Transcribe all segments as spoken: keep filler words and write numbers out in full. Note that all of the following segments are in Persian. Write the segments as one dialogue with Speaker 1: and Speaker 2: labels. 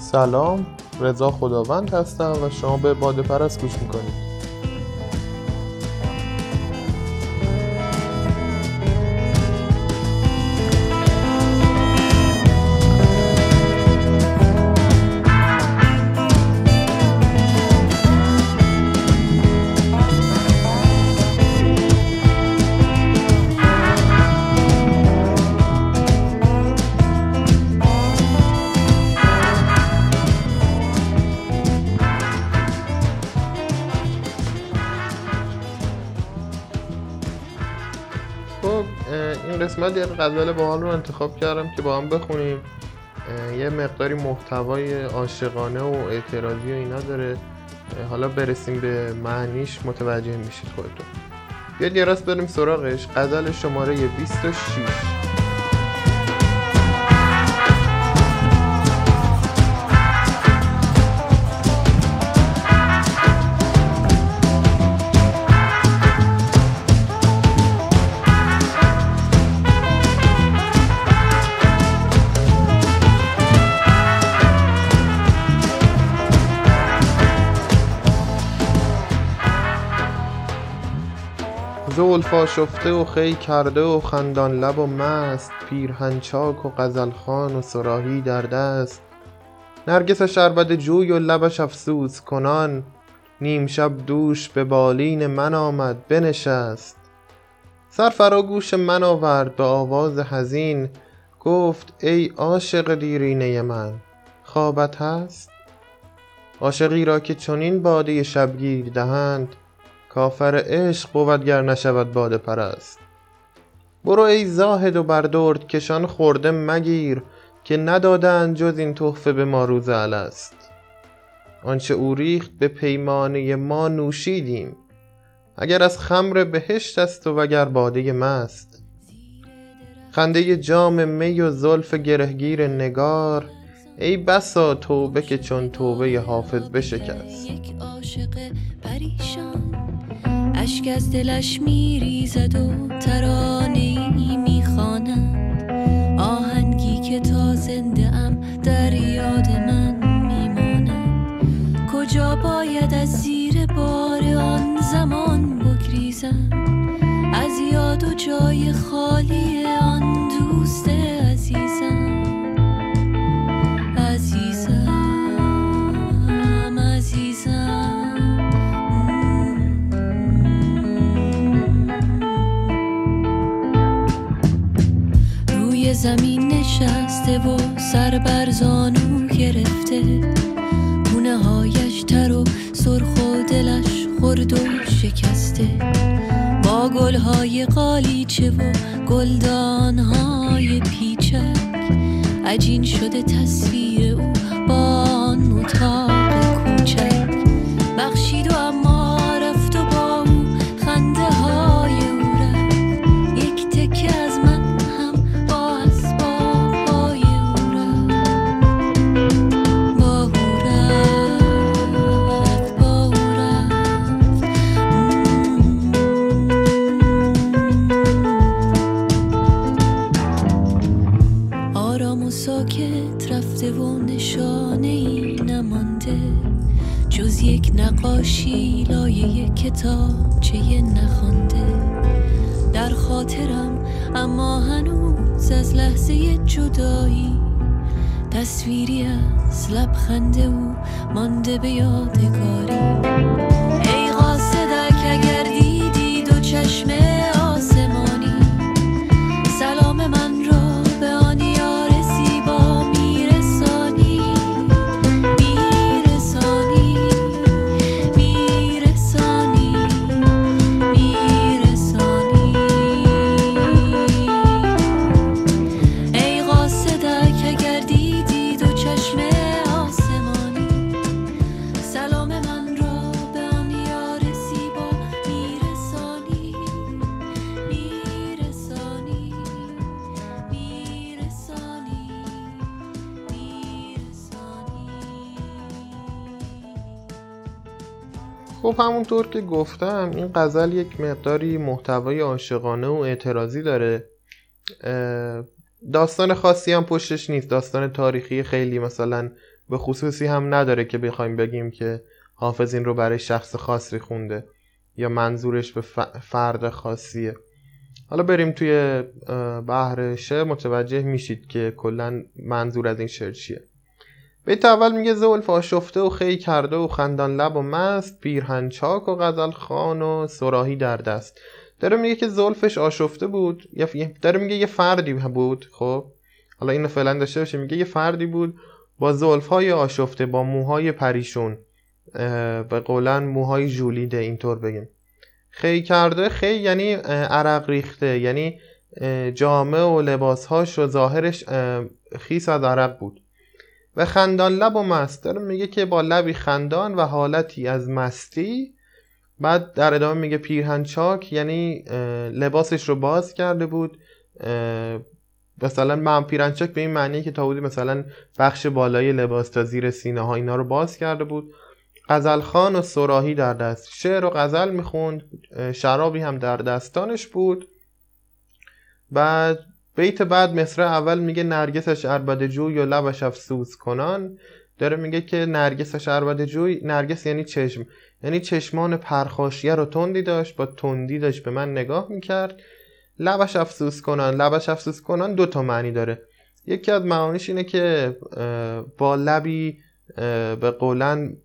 Speaker 1: سلام، رضا خداوند هستم و شما به باده پرست گوش میکنید. این قسمت یه غزل باحال رو انتخاب کردم که با هم بخونیم. یه مقداری محتوای عاشقانه و اعتراضی و اینا داره. حالا برسیم به معنیش متوجه میشید خودتون. بیاد یه راست بریم سراغش. غزل شماره بیست و شش. زلفا شفته و خی کرده و خندان لب و مست، پیرهن چاک و غزل خوان و صراحی در دست. نرگس شربت جوی و لبش افسوس کنان، نیم شب دوش به بالین من آمد بنشست. سر فرا گوش من آورد به آواز حزین، گفت ای عاشق دیرینه من خوابت هست؟ عاشقی را که چنین باده شبگیر دهند، کافر عشق بود گر نشود باده پرست. برو ای زاهد و بر درد کشان خورده مگیر، که ندادند جز این تحفه به ما روز الست. آنچه او ریخت به پیمانه ما نوشیدیم، اگر از خمر بهشت است و وگر باده مست. خنده جام می و زلف گرهگیر نگار، ای بسا توبه که چون توبه حافظ بشکست.
Speaker 2: یک عاشق پریشان اشک از دلش میریزد و ترانه‌ای میخواند، آهنگی که تا زنده ام در یاد من میماند. کجا باید از زیر بار آن زمان بگریزم، از یاد و جای خالی آن دوست عزیزم. عزیزم زمین نشسته و سر بر زانو گرفته، گونه هایش تر و سرخ و دلش خرد و شکسته. با گلهای قالیچه و گلدان های پیچک، عجین شده تصویر او با آن اتاق کوچک. بخشید و اما رفت و با او خنده های او رفت، یک تکه از من ساکت رفته و نشانه ای نمانده، جز یک نقاشی لایه کتابچه نخوانده. در خاطرم اما هنوز از لحظه جدایی، تصویری از لبخند او مانده به یادگاری. ای قاصدک اگر دیدی دو چشم آسمانی، سلام من را به آن یار زیبا میرسانی. میرسانی میرسانی میرسانی. ای قاصدک اگر دیدی دو چشم آسمانی، سلام من را به آن یار زیبا میرسانی. میرسانی میرسانی میرسانی.
Speaker 1: خب همونطور که گفتم این غزل یک مقداری محتوای عاشقانه و اعتراضی داره. داستان خاصی هم پشتش نیست، داستان تاریخی خیلی مثلا به خصوصی هم نداره که بخوایم بگیم که حافظ این رو برای شخص خاصی خونده یا منظورش به فرد خاصیه. حالا بریم توی بحر شعر متوجه میشید که کلا منظور از این شعر چیه. بیت اول میگه زلف آشفته و خی کرده و خندان لب و مست، پیرهن چاک و غزل خوان و صراحی در دست. داره میگه که زلفش آشفته بود، یا داره میگه یه فردی بود. خب حالا اینو فعلا داشته باشه، میگه یه فردی بود با زلفهای آشفته، با موهای پریشون، به قولن موهای ژولیده اینطور بگیم. خی کرده، خی یعنی عرق ریخته، یعنی جامه و لباسهاش و ظاهرش خیس از عرق بود. و خندان لب و مست، داره میگه که با لبی خندان و حالتی از مستی. بعد در ادامه میگه پیرهن چاک، یعنی لباسش رو باز کرده بود. مثلا من پیرهن چاک به این معنیه که تا بودی مثلا بخش بالای لباس تا زیر سینه ها اینا رو باز کرده بود. غزل خوان و صراحی در دست، شعر و غزل میخوند، شرابی هم در دستانش بود. بعد بیت بعد مصرع اول میگه نرگسش عربده جوی و لبش افسوس کنان. داره میگه که نرگسش عربده جوی، نرگس یعنی چشم، یعنی چشمان پرخاشیه رو تندی داشت، با تندی داشت به من نگاه میکرد. لبش افسوس کنان، لبش افسوس کنان دو تا معنی داره. یکی از معانیش اینه که با لبی به قولن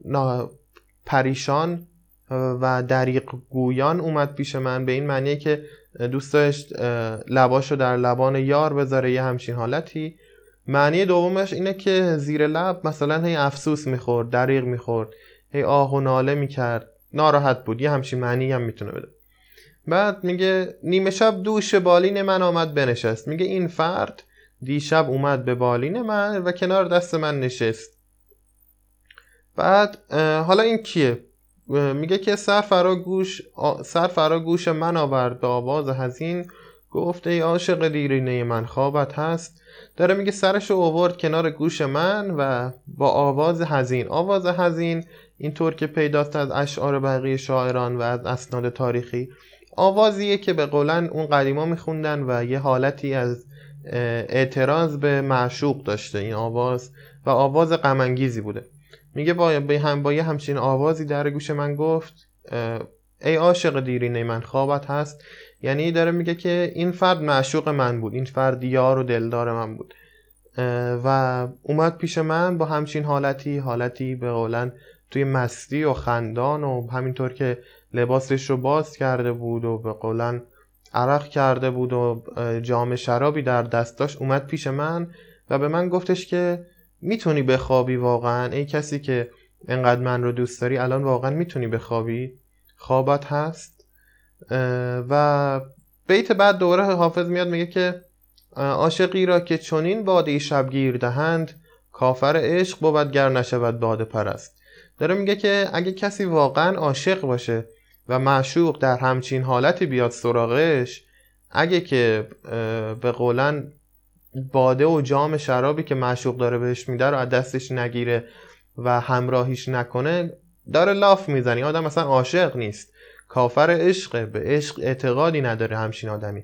Speaker 1: پریشان و دریغ گویان اومد پیش من، به این معنیه که دوست داشت لباشو در لبان یار بذاره، یه همچین حالتی. معنی دومش اینه که زیر لب مثلا هی افسوس میخورد، دریغ میخورد، هی آه و ناله میکرد، ناراحت بود، یه همچین معنی هم میتونه بده. بعد میگه نیمه شب دوش بالین من آمد بنشست. میگه این فرد دیشب اومد به بالین من و کنار دست من نشست. بعد حالا این کیه؟ میگه که سر فرا گوش سر فرا گوش من آورد به آواز حزین، گفت ای عاشق دیرینه من خوابت هست. داره میگه سرشو آورد کنار گوش من و با آواز حزین. آواز حزین اینطور که پیداست از اشعار بقیه شاعران و از اسناد تاریخی، آوازیه که به قولن اون قدیما میخوندن و یه حالتی از اعتراض به معشوق داشته این آواز و آواز غم انگیزی بوده. میگه با به هم با یه همچین آوازی در گوش من گفت ای عاشق دیرینه من خوابت هست. یعنی داره میگه که این فرد معشوق من بود، این فرد یار و دلدار من بود و اومد پیش من با همچین حالتی حالتی به قولن توی مستی و خندان و همینطور که لباسش رو باز کرده بود و به قولن عرق کرده بود و جام شرابی در دستاش، اومد پیش من و به من گفتش که میتونی بخوابی واقعا ای کسی که انقدر من رو دوست داری، الان واقعا میتونی بخوابی، خوابت هست. و بیت بعد دوره حافظ میاد میگه که عاشقی را که چنین باده شبگیر دهند، کافر عشق بود گر نشود باده پرست. داره میگه که اگه کسی واقعا عاشق باشه و معشوق در همچین حالتی بیاد سراغش، اگه که به قولن باده و جام شرابی که معشوق داره بهش میده رو از دستش نگیره و همراهیش نکنه، داره لاف میزنی. آدم مثلا عاشق نیست، کافر عشقه، به عشق اعتقادی نداره همچین آدمی.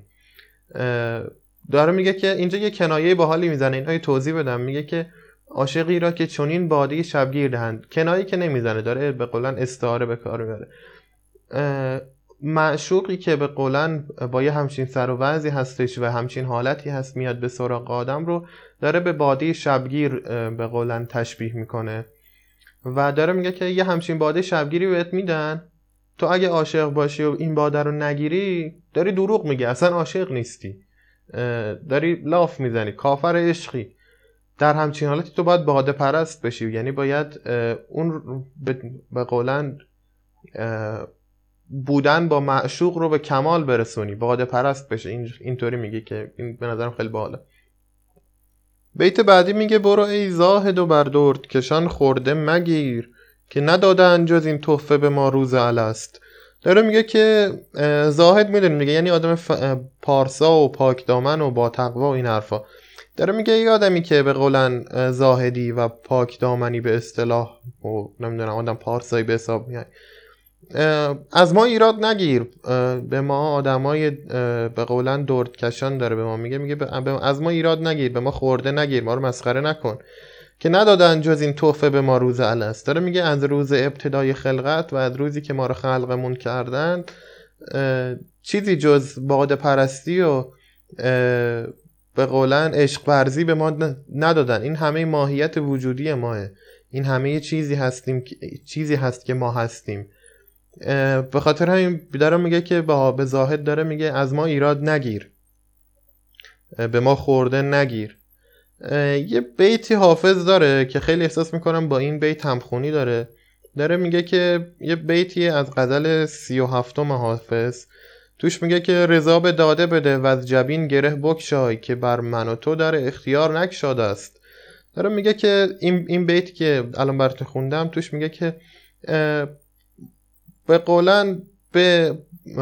Speaker 1: داره میگه که اینجا یه کنایه باحالی میزنه، اینو توضیح بدم. میگه که عاشقی را که چنین باده شبگیر دهند، کنایه که نمیزنه، داره به قولن استعاره به کار میبره. معشوقی که به قولن با یه همچین سر و وضعی هستش و همچین حالتی هست میاد به سراغ آدم رو، داره به باده شبگیر به قولن تشبیه میکنه و داره میگه که یه همچین باده شبگیری بهت میدن، تو اگه عاشق باشی و این باده رو نگیری، داری دروغ میگی، اصلا عاشق نیستی، داری لاف میزنی، کافر عشقی. در همچین حالتی تو باید باده پرست بشی، یعنی باید اون به قولن بودن با معشوق رو به کمال برسونی، باده پرست بشه. این اینطوری میگه که این به نظرم خیلی باحاله. بیت بعدی میگه برو ای زاهد و بر درد کشان خورده مگیر، که ندادن جز این تحفه به ما روز الست. داره میگه که زاهد میدونیم میگه یعنی آدم پارسا و پاک دامن و با تقوا و این حرفا. داره میگه ای آدمی که به قولن زاهدی و پاک دامنی به اصطلاح و نمیدونم آدم پارسایی به حساب میای، از ما ایراد نگیر، به ما آدمای به قولن دردکشان داره به ما میگه، میگه از ما ایراد نگیر، به ما خورده نگیر، ما رو مسخره نکن که ندادن جز این تحفه به ما روز الست. داره میگه از روز ابتدای خلقت و از روزی که ما رو خلقمون کردن چیزی جز باده پرستی و به قولن عشق ورزی به ما ندادن. این همه ماهیت وجودی ماه، این همه چیزی هستیم، چیزی هست که ما هستیم. به خاطر همین داره میگه که به زاهد داره میگه از ما ایراد نگیر، به ما خورده نگیر. یه بیتی حافظ داره که خیلی احساس میکنم با این بیت همخونی داره. داره میگه که یه بیتی از غزل سی و هفتم حافظ، توش میگه که رضا به داده بده و از جبین گره بکشای که بر من و تو در اختیار نگشاده است. داره میگه که این این بیت که الان براتون خوندم توش میگه که به قولن به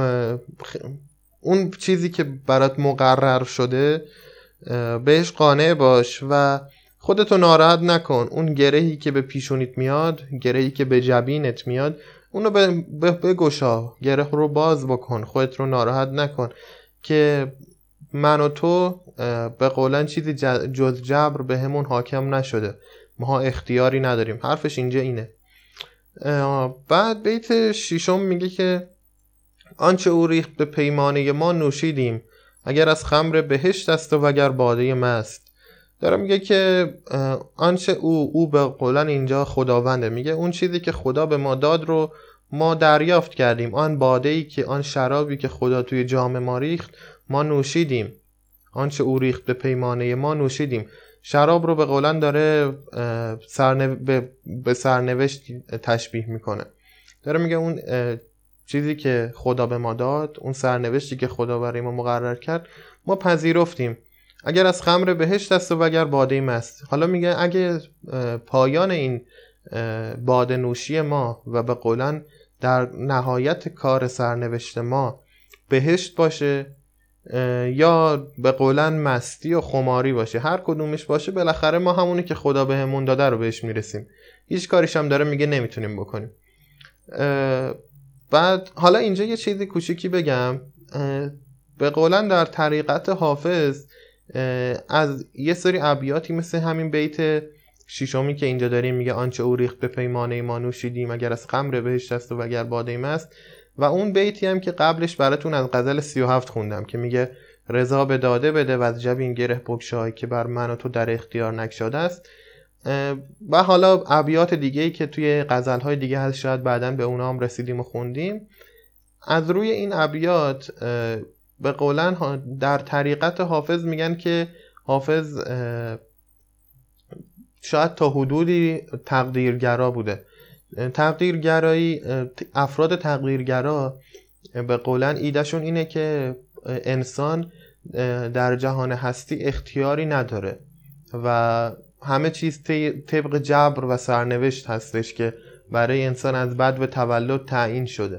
Speaker 1: اون چیزی که برات مقرر شده بهش قانع باش و خودتو ناراحت نکن. اون گرهی که به پیشونیت میاد، گرهی که به جبینت میاد، اونو بگشا، گره رو باز بکن، خودت رو ناراحت نکن که من و تو به قولن چیزی جز جبر به همون حاکم نشده، ما اختیاری نداریم. حرفش اینجا اینه. بعد بیت ششم میگه که آنچه او ریخت به پیمانه ما نوشیدیم، اگر از خمر بهشت است و اگر باده مست. داره میگه که آنچه او او به قولن اینجا خداونده، میگه اون چیزی که خدا به ما داد رو ما دریافت کردیم، آن باده‌ای که آن شرابی که خدا توی جام ما ریخت ما نوشیدیم. آنچه او ریخت به پیمانه ما نوشیدیم. شراب رو به قولن داره سرنو... به... به سرنوشت تشبیه میکنه. داره میگه اون چیزی که خدا به ما داد، اون سرنوشتی که خدا برای ما مقرر کرد، ما پذیرفتیم. اگر از خمر بهشت است و اگر باده مست. حالا میگه اگه پایان این باده نوشی ما و به قولن در نهایت کار سرنوشت ما بهشت باشه یا به قولن مستی و خماری باشه، هر کدومش باشه، بالاخره ما همونی که خدا بهمون داده رو بهش میرسیم. هیچ کاریش هم داره میگه نمیتونیم بکنیم. بعد حالا اینجا یه چیزی کوچیکی بگم. به قولن در طریقت حافظ از یه سری ابیاتی مثل همین بیت شیشمی که اینجا داریم میگه آنچه او ریخت به پیمانه ما نوشیدیم، اگر از خمر بهشت است و اگر باده مست، و اون بیتی هم که قبلش براتون از غزل سی و هفت خوندم که میگه رضا به داده بده و از جبین گره بگشای که بر من و تو در اختیار نگشاده است. و حالا ابیات دیگه‌ای که توی غزل‌های دیگه هست، شاید بعداً به اونا هم رسیدیم و خوندیم. از روی این ابیات به قولن در طریقت حافظ میگن که حافظ شاید تا حدودی تقدیرگرا بوده. تقدیرگرایی، افراد تقدیرگرا به قولن ایدهشون اینه که انسان در جهان هستی اختیاری نداره و همه چیز طبق جبر و سرنوشت هستش که برای انسان از بد و تولد تعیین شده.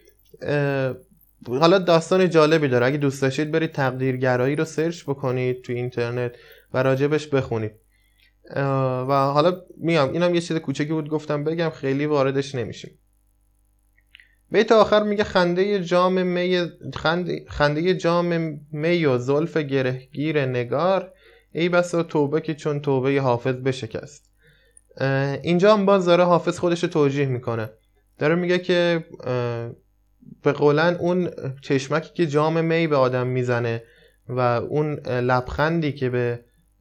Speaker 1: حالا داستان جالبی داره، اگه دوست داشتید برید تقدیرگرایی رو سرچ بکنید تو اینترنت و راجبش بخونید. و حالا میام اینم یه چیز کوچکی بود گفتم بگم، خیلی واردش نمیشیم. بیت آخر میگه خنده جام می خنده, خنده جام می و زلف گرهگیر نگار، ای بسا توبه که چون توبه حافظ بشکست. اینجا هم باز داره حافظ خودش توجیه میکنه. داره میگه که به قولن اون چشمکی که جام می به آدم میزنه و اون لبخندی که به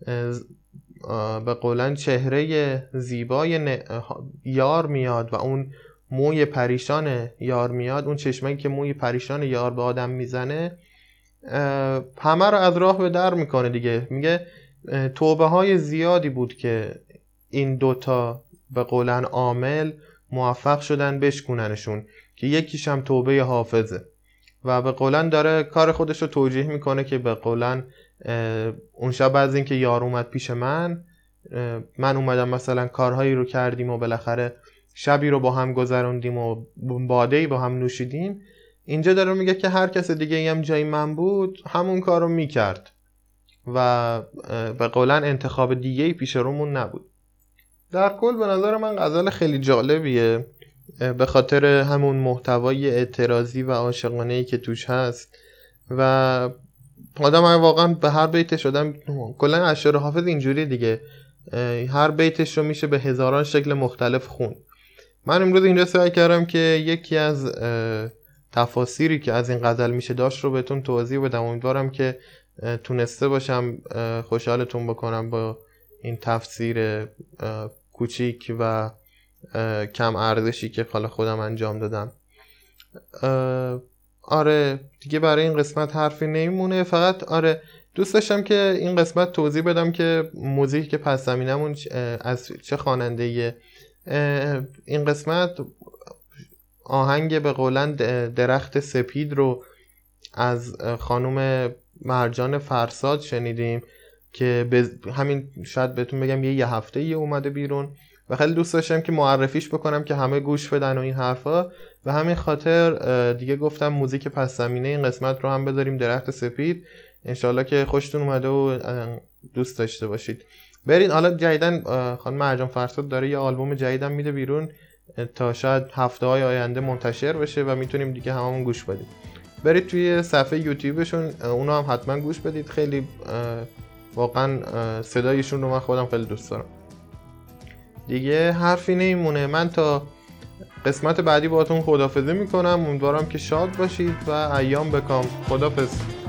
Speaker 1: به قولن چهره زیبای یار میاد و اون موی پریشان یار میاد، اون چشمکی که موی پریشان یار به آدم میزنه، همه رو از راه به در میکنه دیگه. میگه توبه های زیادی بود که این دوتا به قولن عامل موفق شدن بشکوننشون، که یکیش هم توبه حافظه و به قولن داره کار خودش رو توجیه میکنه که به قولن اون شب از این که یار اومد پیش من، من اومدم مثلا کارهایی رو کردیم و بالاخره شبی رو با هم گذروندیم و باده‌ای با هم نوشیدیم. اینجا داره میگه که هر کس دیگه ای هم جای من بود همون کار رو میکرد و به قولن انتخاب دیگه ای پیش رومون نبود. در کل به نظر من غزل خیلی جالبیه. به خاطر همون محتوای اعتراضی و عاشقانه‌ای که توش هست و آدم واقعا به هر بیتش آدم کلا اشعار حافظ اینجوری دیگه، هر بیتش رو میشه به هزاران شکل مختلف خون. من امروز اینجا سعی کردم که یکی از تفاسیری که از این غزل میشه داشت رو بهتون توضیح بدم. امیدوارم که تونسته باشم خوشحالتون بکنم با این تفسیر کوچیک و کم ارزشی که حالا خودم انجام دادم. آره دیگه برای این قسمت حرفی نمیمونه، فقط آره دوست داشتم که این قسمت توضیح بدم که موزیک که پس زمینمون از چه خواننده‌ایه. این قسمت آهنگ به قولن درخت سپید رو از خانم مرجان فرساد شنیدیم که همین شاید بهتون بگم یه, یه هفته یه اومده بیرون و خیلی دوست داشتم که معرفیش بکنم که همه گوش بدن و این حرفا. و همین خاطر دیگه گفتم موزیک پس زمینه این قسمت رو هم بذاریم درخت سپید. انشالله که خوشتون اومده و دوست داشته باشید. برید حالا جدیدن خانم مرجان فرساد داره یه آلبوم جدیدم میده بیرون تا شاید هفته های آینده منتشر بشه و میتونیم دیگه هممون گوش بدیم. برید توی صفحه یوتیوبشون اونو هم حتما گوش بدید، خیلی واقعا صدایشون رو من خودم خیلی دوست دارم. دیگه حرفی نمیمونه، من تا قسمت بعدی باهاتون خداحافظی میکنم. امیدوارم که شاد باشید و ایام بکام. خداحافظ.